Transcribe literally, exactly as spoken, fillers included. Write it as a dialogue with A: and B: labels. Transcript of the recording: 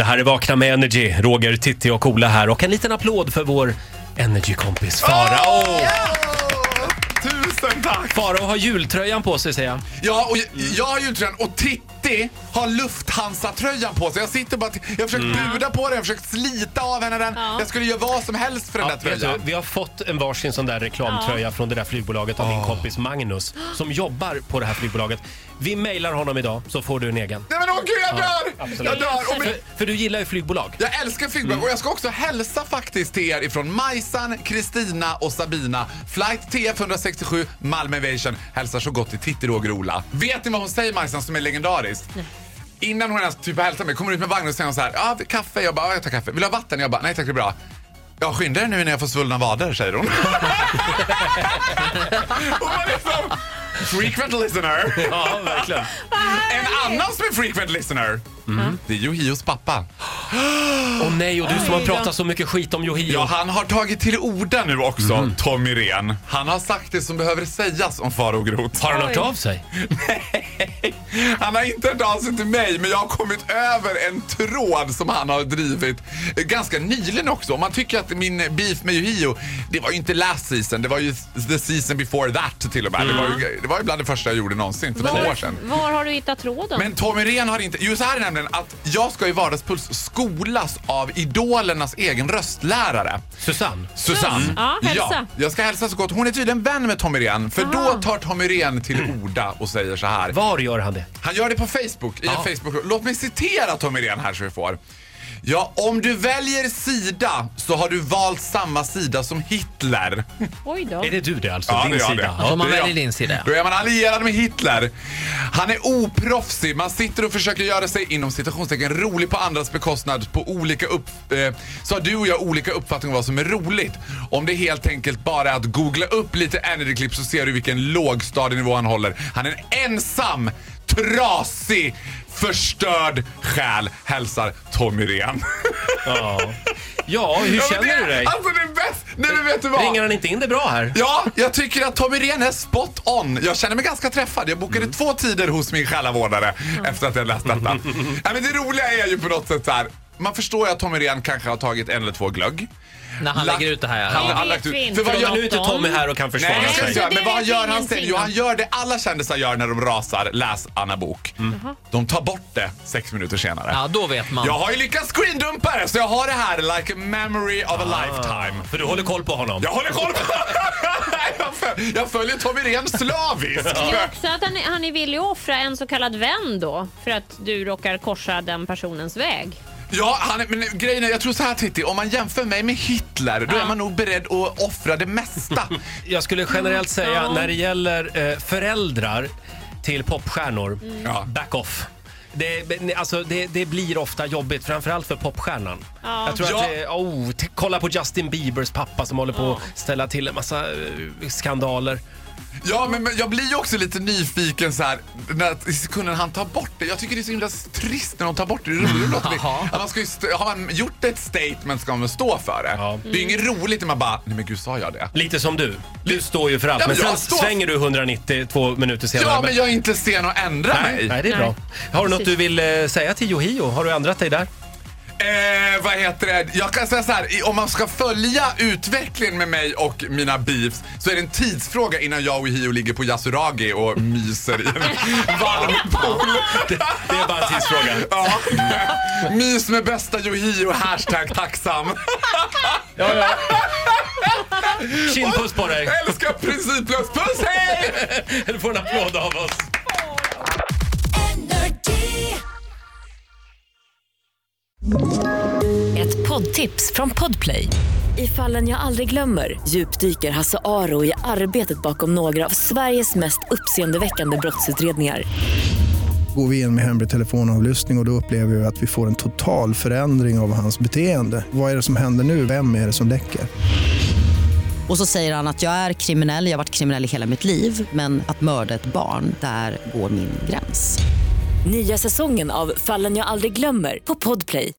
A: här är Vakna med Energy. Roger, Titti och Ola här. Och en liten applåd för vår Energy-kompis Farao. Oh!
B: Tusen tack!
A: Farao har jultröjan på sig, säger jag.
B: Ja, och jag, jag har jultröjan och Titti har Lufthansa-tröjan på sig. Jag sitter bara, jag har försökt mm. buda på den, jag har försökt slita av henne den. Ja. Jag skulle göra vad som helst för den ja, där tröjan.
A: Du, vi har fått en varsin sån där reklamtröja ja. från det där flygbolaget av oh. min kompis Magnus som jobbar på det här flygbolaget. Vi mejlar honom idag så får du en egen.
B: Nej men åh gud, jag dör! Ja, jag dör. Och
A: för, för du gillar ju flygbolag.
B: Jag älskar flygbolag mm. och jag ska också hälsa faktiskt till er ifrån Majsan, Kristina och Sabina. Flight T F ett sex sju Malmö Aviation hälsar så gott till Titti, Roger och Ola. Vet ni vad hon säger, Majsan, som är legendariskt? Nej. Innan hon ens typ hälsar mig kommer ut med vagnen och säger så här: ja, kaffe, jag bara, ja, jag tar kaffe. Vill du ha vatten? Jag bara, nej tack, det är bra. Jag skyndar er nu när jag får svullna vader, säger hon. Och man liksom frequent listener.
A: Ja, verkligen.
B: En annan som är frequent listener mm. det är Yohios pappa.
A: Åh oh, nej, och du som har pratat så mycket skit om Yohio.
B: Ja, han har tagit till orda nu också, mm. Tommy Ren. Han har sagt det som behöver sägas om Farao Groth.
A: Har han hört av sig?
B: Nej, han har inte hört av sig till mig, men jag har kommit över en tråd som han har drivit ganska nyligen också. Om man tycker att min beef med Yohio, det var ju inte last season, det var ju the season before that till och med. Mm. Det, var ju, det var ju bland det första jag gjorde någonsin för
C: var,
B: två år sedan.
C: Var har du hittat tråden?
B: Men Tommy Ren har inte, just här är nämligen att jag ska i Vardagspuls skolas av idolernas egen röstlärare.
A: Susanne.
B: Susanne.
C: Mm. Ja, hälsa.
B: Ja, jag ska hälsa så gott. Hon är tydligen vän med Tommy Ren. För Aha. då tar Tommy Ren till orda och säger så här.
A: Var gör han det?
B: Han gör det på Facebook. I en Facebook. Låt mig citera Tommy Ren här så vi får. Ja, om du väljer sida så har du valt samma sida som Hitler.
C: Oj då.
A: Är det du det alltså?
B: Ja,
A: din
B: det
A: sida?
B: Det.
D: Ja, om man väljer din sida.
B: Då är man allierad med Hitler. Han är oproffsig. Man sitter och försöker göra sig inom citationstecken rolig på andras bekostnad på olika upp... Eh, så har du och jag olika uppfattningar om vad som är roligt. Om det helt enkelt bara är att googla upp lite Energy-klipp så ser du vilken lågstadienivå han håller. Han är en ensam, trasig, förstörd själ, hälsar Tommy Ren.
A: Ja. Ja, hur ja, känner
B: det,
A: du dig?
B: Alltså det är bäst. Nej, men vet du vad?
A: Ringer han inte in det bra här?
B: Ja, jag tycker att Tommy Ren är spot on. Jag känner mig ganska träffad. Jag bokade mm. två tider hos min själavårdare mm. efter att jag läst detta. Ja, men det roliga är ju på något sätt så här. Man förstår ju att Tommy Ren kanske har tagit en eller två glugg.
D: När han
B: Lagt,
D: lägger ut det här.
B: Han,
D: ja.
B: han lagt ut.
A: För vad gör nu inte Tommy här och kan försvara
B: Nej,
A: sig?
B: säga, men vad gör han sen? Jo, han gör det alla kändisar gör när de rasar. Läs Anna Bok. Mm. De tar bort det sex minuter senare.
D: Ja, då vet man.
B: Jag har ju lyckats screendumpa det, så jag har det här like a memory of a ah, lifetime.
A: För du håller koll på honom.
B: Jag håller koll på honom. Jag följer Tommy Ren slaviskt.
C: Det är också att han, han är villig att offra en så kallad vän då, för att du råkar korsa den personens väg.
B: Ja, han är, men grejen är, jag tror så här Titti, om man jämför mig med Hitler, då ja. är man nog beredd att offra det mesta.
A: Jag skulle generellt säga, ja. när det gäller eh, föräldrar till popstjärnor, mm. back off. Det, alltså det, det blir ofta jobbigt, framförallt för popstjärnan. Ja. Jag tror ja. att det, oh, t- kolla på Justin Biebers pappa som håller på ja. att ställa till en massa uh, skandaler.
B: Ja, men, men jag blir ju också lite nyfiken så här när i sekunden han tar bort det. Jag tycker det är så himla trist när de tar bort det. Det är roligt att man ska ju st- har man gjort ett statement ska man stå för det. Ja. Det är inget roligt när man bara, nej men gud, sa jag det?
A: Lite som du. Du står ju för allt, ja, men, men sen står... svänger du hundranittio-två minuter senare.
B: Ja, men jag är inte sen att ändra
A: nej,
B: mig.
A: Nej, det är bra. Har du något du vill eh, säga till Yohio? Har du ändrat dig där?
B: Eh, vad heter det? Jag kan säga så här, om man ska följa utvecklingen med mig och mina beefs så är det en tidsfråga innan jag och Yohio ligger på Yasuragi och myser i en varm pool.
A: Det, det är bara en tidsfråga.
B: Ja. Mys med bästa Yohio, hashtag tacksam.
A: Ja, ja. Kindpuss på dig.
B: Älskar principlös puss, hej!
A: Du får en applåd av oss.
E: Ett poddtips från Podplay. I Fallen jag aldrig glömmer djupdyker Hasse Aro i arbetet bakom några av Sveriges mest uppseendeväckande brottsutredningar.
F: Går vi in med hemlig telefonavlyssning och, och då upplever vi att vi får en total förändring av hans beteende. Vad är det som händer nu? Vem är det som läcker?
G: Och så säger han att jag är kriminell, jag har varit kriminell i hela mitt liv. Men att mörda ett barn, där går min gräns.
E: Nya säsongen av Fallen jag aldrig glömmer på Podplay.